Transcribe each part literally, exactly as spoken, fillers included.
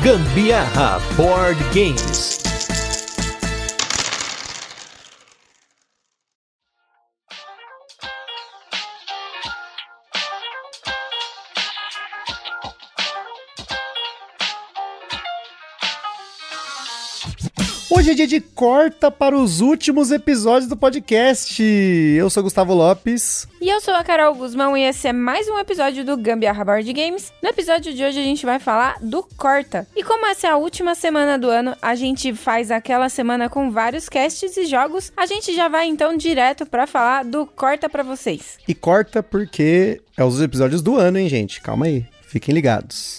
Gambiarra Board Games. Hoje é dia de corta para os últimos episódios do podcast. Eu sou Gustavo Lopes. E eu sou a Carol Guzmão e esse é mais um episódio do Gambiarra Board Games. No episódio de hoje a gente vai falar do corta. E como essa é a última semana do ano, a gente faz aquela semana com vários casts e jogos. A gente já vai então direto para falar do corta para vocês. E corta porque é os episódios do ano, hein, gente? Calma aí, fiquem ligados.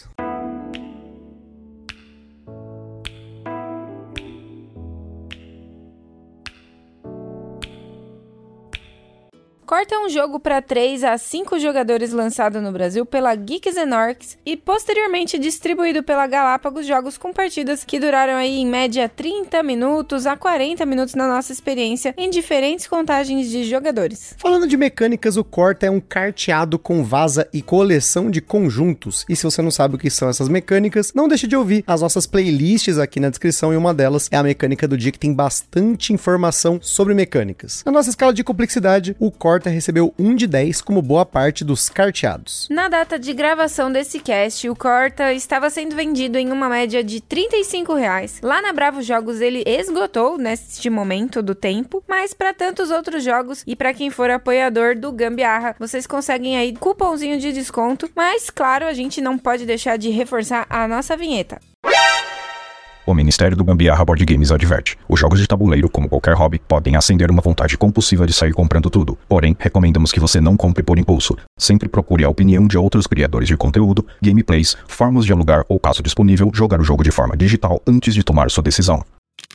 Corta é um jogo para três a cinco jogadores lançado no Brasil pela Geeks and Orcs e posteriormente distribuído pela Galápagos Jogos com partidas que duraram aí em média trinta minutos a quarenta minutos na nossa experiência em diferentes contagens de jogadores. Falando de mecânicas, o Corta é um carteado com vaza e coleção de conjuntos. E se você não sabe o que são essas mecânicas, não deixe de ouvir as nossas playlists aqui na descrição e uma delas é a mecânica do dia que tem bastante informação sobre mecânicas. Na nossa escala de complexidade, o Corta recebeu um de dez como boa parte dos carteados. Na data de gravação desse cast, o Corta estava sendo vendido em uma média de trinta e cinco reais. Lá na Bravo Jogos ele esgotou neste momento do tempo, mas para tantos outros jogos e para quem for apoiador do Gambiarra, vocês conseguem aí cupomzinho de desconto, mas claro, a gente não pode deixar de reforçar a nossa vinheta. O Ministério do Gambiarra Board Games adverte: os jogos de tabuleiro, como qualquer hobby, podem acender uma vontade compulsiva de sair comprando tudo. Porém, recomendamos que você não compre por impulso. Sempre procure a opinião de outros criadores de conteúdo, gameplays, formas de alugar ou, caso disponível, jogar o jogo de forma digital antes de tomar sua decisão.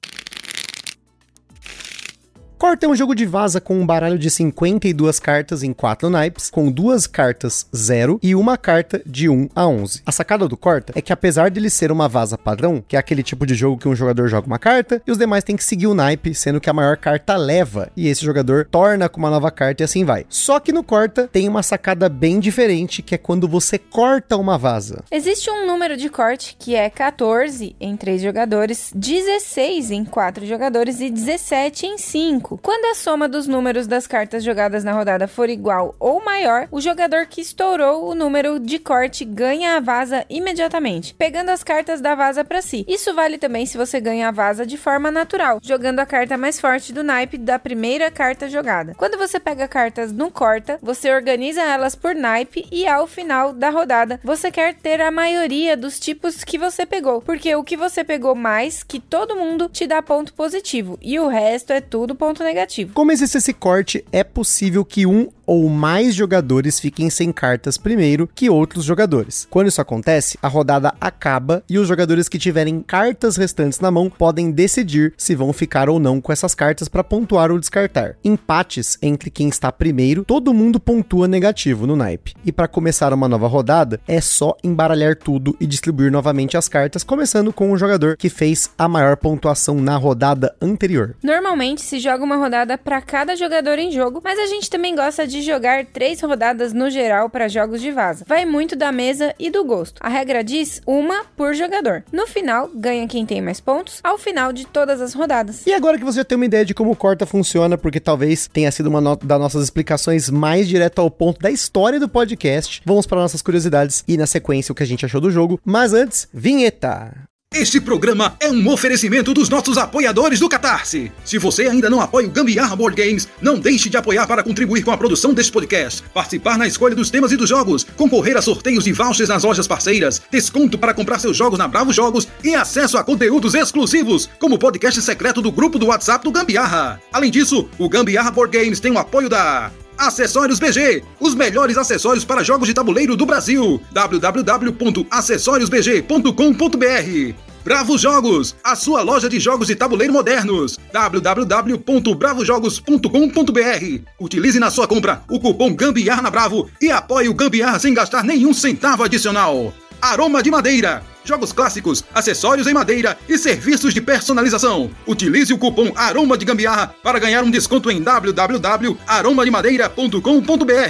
Corta é um jogo de vaza com um baralho de cinquenta e duas cartas em quatro naipes, com duas cartas zero e uma carta de um a onze. A sacada do Corta é que apesar de ele ser uma vaza padrão, que é aquele tipo de jogo que um jogador joga uma carta e os demais têm que seguir o naipe, sendo que a maior carta leva, e esse jogador torna com uma nova carta e assim vai. Só que no Corta tem uma sacada bem diferente, que é quando você corta uma vaza. Existe um número de corte que é quatorze em três jogadores, dezesseis em quatro jogadores e dezessete em cinco. Quando a soma dos números das cartas jogadas na rodada for igual ou maior, o jogador que estourou o número de corte ganha a vaza imediatamente, pegando as cartas da vaza para si. Isso vale também se você ganha a vaza de forma natural, jogando a carta mais forte do naipe da primeira carta jogada. Quando você pega cartas no corta, você organiza elas por naipe e ao final da rodada, você quer ter a maioria dos tipos que você pegou, porque o que você pegou mais que todo mundo te dá ponto positivo e o resto é tudo ponto negativo. Como existe esse corte, é possível que um ou mais jogadores fiquem sem cartas primeiro que outros jogadores. Quando isso acontece, a rodada acaba e os jogadores que tiverem cartas restantes na mão podem decidir se vão ficar ou não com essas cartas para pontuar ou descartar. Empates entre quem está primeiro, todo mundo pontua negativo no naipe. E para começar uma nova rodada, é só embaralhar tudo e distribuir novamente as cartas, começando com o jogador que fez a maior pontuação na rodada anterior. Normalmente se joga uma rodada para cada jogador em jogo, mas a gente também gosta de jogar três rodadas no geral para jogos de vaza. Vai muito da mesa e do gosto. A regra diz uma por jogador. No final, ganha quem tem mais pontos ao final de todas as rodadas. E agora que você já tem uma ideia de como o Corta funciona, porque talvez tenha sido uma no- das nossas explicações mais direto ao ponto da história do podcast, vamos para nossas curiosidades e na sequência o que a gente achou do jogo. Mas antes, vinheta! Este programa é um oferecimento dos nossos apoiadores do Catarse. Se você ainda não apoia o Gambiarra Board Games, não deixe de apoiar para contribuir com a produção deste podcast, participar na escolha dos temas e dos jogos, concorrer a sorteios de vouchers nas lojas parceiras, desconto para comprar seus jogos na Bravo Jogos e acesso a conteúdos exclusivos, como o podcast secreto do grupo do WhatsApp do Gambiarra. Além disso, o Gambiarra Board Games tem o apoio da Acessórios B G, os melhores acessórios para jogos de tabuleiro do Brasil. w w w ponto acessórios b g ponto com ponto b r. Bravo Jogos, a sua loja de jogos de tabuleiro modernos. w w w ponto bravo jogos ponto com ponto b r. Utilize na sua compra o cupom Gambiarra na Bravo e apoie o Gambiarra sem gastar nenhum centavo adicional. Aroma de Madeira, jogos clássicos, acessórios em madeira e serviços de personalização. Utilize o cupom Aroma de Gambiarra para ganhar um desconto em w w w ponto aroma de madeira ponto com ponto b r.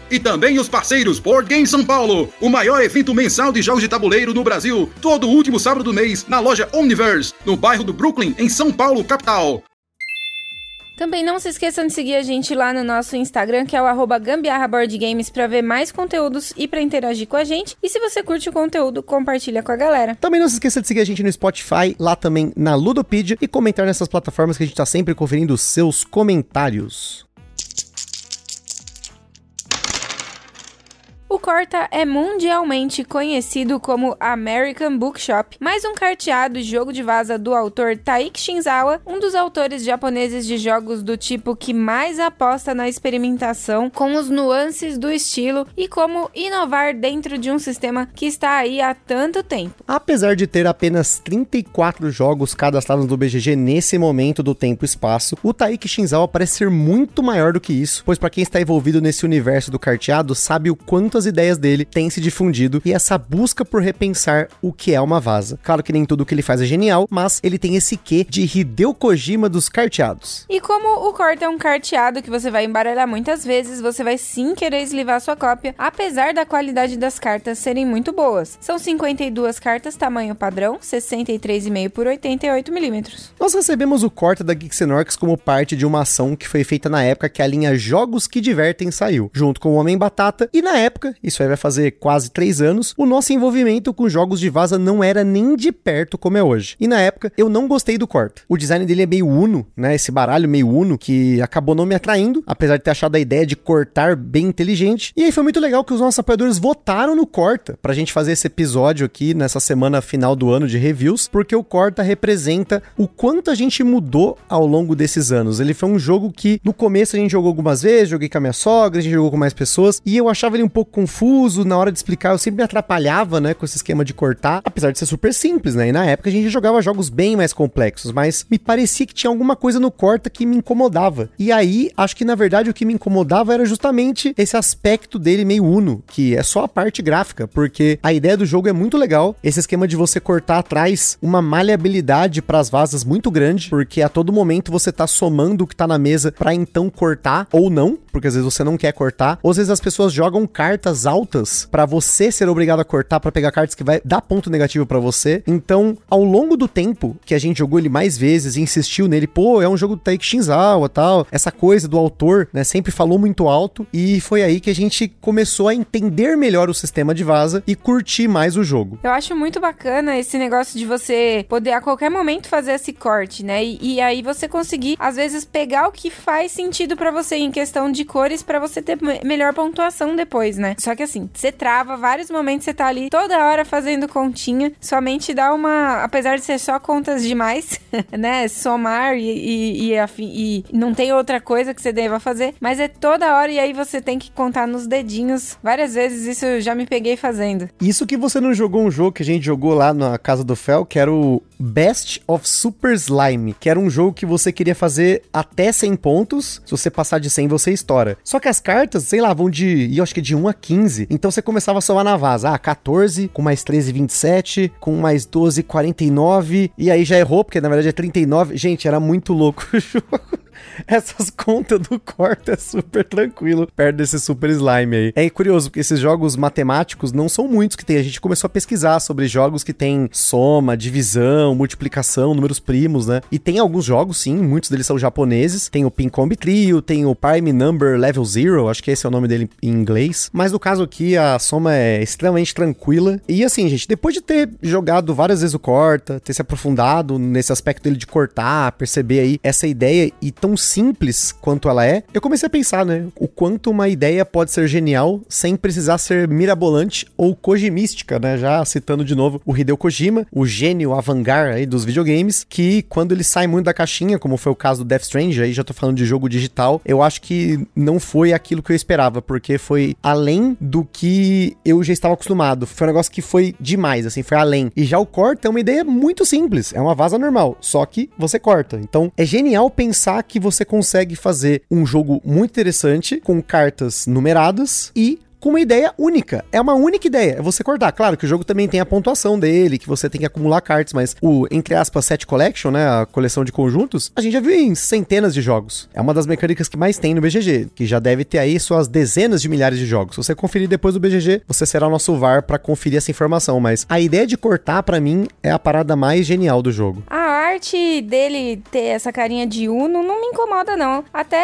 E também os parceiros Board Game São Paulo, o maior evento mensal de jogos de tabuleiro no Brasil, todo último sábado do mês, na loja Omniverse, no bairro do Brooklyn, em São Paulo, capital. Também não se esqueçam de seguir a gente lá no nosso Instagram, que é o arroba Gambiarra Board Games, pra ver mais conteúdos e pra interagir com a gente. E se você curte o conteúdo, compartilha com a galera. Também não se esqueça de seguir a gente no Spotify, lá também na Ludopedia, e comentar nessas plataformas que a gente tá sempre conferindo os seus comentários. O Corta é mundialmente conhecido como American Bookshop, mais um carteado jogo de vaza do autor Taiki Shinzawa, um dos autores japoneses de jogos do tipo que mais aposta na experimentação com os nuances do estilo e como inovar dentro de um sistema que está aí há tanto tempo. Apesar de ter apenas trinta e quatro jogos cadastrados no B G G nesse momento do tempo e espaço, o Taiki Shinzawa parece ser muito maior do que isso, pois para quem está envolvido nesse universo do carteado sabe o quanto as ideias dele têm se difundido e essa busca por repensar o que é uma vaza. Claro que nem tudo o que ele faz é genial, mas ele tem esse quê de Hideo Kojima dos carteados. E como o Corta é um carteado que você vai embaralhar muitas vezes, você vai sim querer eslivar sua cópia, apesar da qualidade das cartas serem muito boas. São cinquenta e duas cartas, tamanho padrão, sessenta e três vírgula cinco por oitenta e oito milímetros. Nós recebemos o Corta da Geeks and Orcs como parte de uma ação que foi feita na época que a linha Jogos que Divertem saiu, junto com o Homem Batata, e na época, isso aí vai fazer quase três anos, o nosso envolvimento com jogos de vaza não era nem de perto como é hoje. E na época, eu não gostei do Corta. O design dele é meio Uno, né? Esse baralho meio Uno, que acabou não me atraindo, apesar de ter achado a ideia de cortar bem inteligente. E aí foi muito legal que os nossos apoiadores votaram no Corta, pra gente fazer esse episódio aqui, nessa semana final do ano de reviews, porque o Corta representa o quanto a gente mudou ao longo desses anos. Ele foi um jogo que, no começo, a gente jogou algumas vezes, joguei com a minha sogra, a gente jogou com mais pessoas, e eu achava ele um pouco confuso, na hora de explicar, eu sempre me atrapalhava, né, com esse esquema de cortar, apesar de ser super simples, né, e na época a gente jogava jogos bem mais complexos, mas me parecia que tinha alguma coisa no Corta que me incomodava, e aí, acho que na verdade o que me incomodava era justamente esse aspecto dele meio Uno, que é só a parte gráfica, porque a ideia do jogo é muito legal, esse esquema de você cortar traz uma maleabilidade pras vazas muito grande, porque a todo momento você tá somando o que tá na mesa pra então cortar, ou não, porque às vezes você não quer cortar, ou às vezes as pessoas jogam cartas altas pra você ser obrigado a cortar pra pegar cartas que vai dar ponto negativo pra você. Então, ao longo do tempo que a gente jogou ele mais vezes e insistiu nele, pô, é um jogo do Taiki Shinzawa, tal, essa coisa do autor, né, sempre falou muito alto, e foi aí que a gente começou a entender melhor o sistema de vaza e curtir mais o jogo. Eu acho muito bacana esse negócio de você poder a qualquer momento fazer esse corte, né, e, e aí você conseguir, às vezes, pegar o que faz sentido pra você em questão de cores pra você ter me- melhor pontuação depois, né. Só que assim, você trava, vários momentos você tá ali toda hora fazendo continha, sua mente dá uma, apesar de ser só contas demais, né, somar e, e, e, afim, e não tem outra coisa que você deva fazer, mas é toda hora e aí você tem que contar nos dedinhos, várias vezes isso eu já me peguei fazendo. Isso que você não jogou um jogo que a gente jogou lá na casa do Fel, que era o Best of Super Slime, que era um jogo que você queria fazer até cem pontos, se você passar de cem você estoura. Só que as cartas, sei lá, vão de, eu acho que de um a quinze, então você começava a somar na vaza, ah, catorze, com mais treze, vinte e sete, com mais doze, quarenta e nove, e aí já errou, porque na verdade é trinta e nove, gente, era muito louco o jogo. Essas contas do Corta é super tranquilo perto desse Super Slime aí. É curioso, porque esses jogos matemáticos não são muitos que tem. A gente começou a pesquisar sobre jogos que tem soma, divisão, multiplicação, números primos, né? E tem alguns jogos, sim, muitos deles são japoneses. Tem o Pincombe Trio, tem o Prime Number Level Zero, acho que esse é o nome dele em inglês. Mas no caso aqui, a soma é extremamente tranquila. E assim, gente, depois de ter jogado várias vezes o Corta, ter se aprofundado nesse aspecto dele de cortar, perceber aí essa ideia e tão simples quanto ela é, eu comecei a pensar, né, o quanto uma ideia pode ser genial sem precisar ser mirabolante ou kojimística, né, já citando de novo o Hideo Kojima, o gênio avant-garde aí dos videogames, que quando ele sai muito da caixinha, como foi o caso do Death Stranding, aí já tô falando de jogo digital, eu acho que não foi aquilo que eu esperava, porque foi além do que eu já estava acostumado, foi um negócio que foi demais, assim, foi além. E já o Corta é uma ideia muito simples, é uma vaza normal, só que você corta. Então, é genial pensar que você consegue fazer um jogo muito interessante, com cartas numeradas e com uma ideia única. É uma única ideia, é você cortar. Claro que o jogo também tem a pontuação dele, que você tem que acumular cartas, mas o, entre aspas, set collection, né, a coleção de conjuntos, a gente já viu em centenas de jogos. É uma das mecânicas que mais tem no B G G, que já deve ter aí suas dezenas de milhares de jogos. Se você conferir depois do B G G, você será o nosso V A R pra conferir essa informação, mas a ideia de cortar, pra mim, é a parada mais genial do jogo. A arte dele ter essa carinha de Uno não me incomoda, não.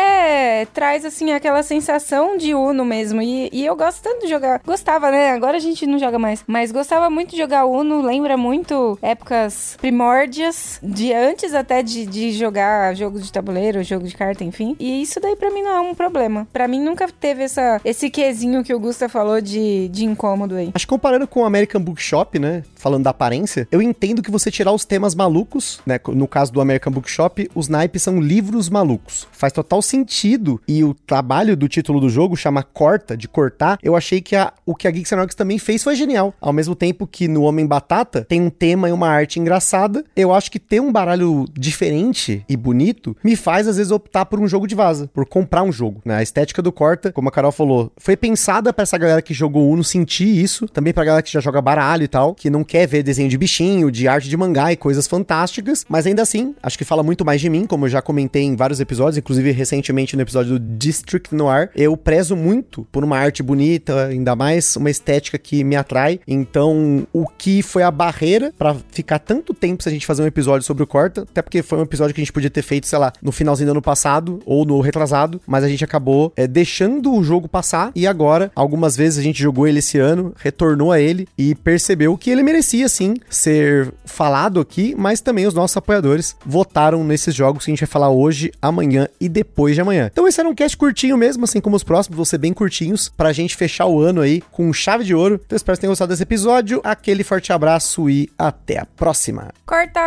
Até traz, assim, aquela sensação de Uno mesmo. E, e eu gosto tanto de jogar. Gostava, né? Agora a gente não joga mais. Mas gostava muito de jogar Uno. Lembra muito épocas primórdias, de antes até de, de jogar jogo de tabuleiro, jogo de carta, enfim. E isso daí pra mim não é um problema. Pra mim nunca teve essa, esse quesinho que o Gusta falou de, de incômodo aí. Acho que comparando com o American Bookshop, né? Falando da aparência, eu entendo que você tirar os temas malucos, né? No caso do American Bookshop, os naipes são livros malucos. Faz total sentido. E o trabalho do título do jogo chama Corta, de cortar. Eu achei que a, o que a Geeks and Orcs também fez foi genial. Ao mesmo tempo que no Homem Batata tem um tema e uma arte engraçada, eu acho que ter um baralho diferente e bonito me faz, às vezes, optar por um jogo de vaza, por comprar um jogo, né? A estética do Corta, como a Carol falou, foi pensada pra essa galera que jogou Uno sentir isso, também pra galera que já joga baralho e tal, que não quer ver desenho de bichinho, de arte de mangá e coisas fantásticas, mas ainda assim, acho que fala muito mais de mim, como eu já comentei em vários episódios, inclusive recentemente no episódio do District Noir, eu prezo muito por uma arte bonita, ainda mais uma estética que me atrai, então o que foi a barreira pra ficar tanto tempo se a gente fazer um episódio sobre o Corta, até porque foi um episódio que a gente podia ter feito, sei lá, no finalzinho do ano passado, ou no retrasado, mas a gente acabou é, deixando o jogo passar, e agora, algumas vezes a gente jogou ele esse ano, retornou a ele, e percebeu que ele merecia, sim, ser falado aqui, mas também os nossos apoiadores votaram nesses jogos que a gente vai falar hoje, amanhã e depois de amanhã. Então esse era um cast curtinho mesmo, assim como os próximos, vão ser bem curtinhos, pra gente fechar o ano aí com chave de ouro. Então espero que tenham gostado desse episódio, aquele forte abraço e até a próxima. Corta!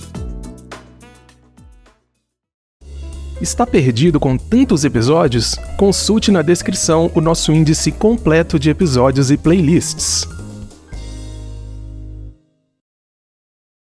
Está perdido com tantos episódios? Consulte na descrição o nosso índice completo de episódios e playlists.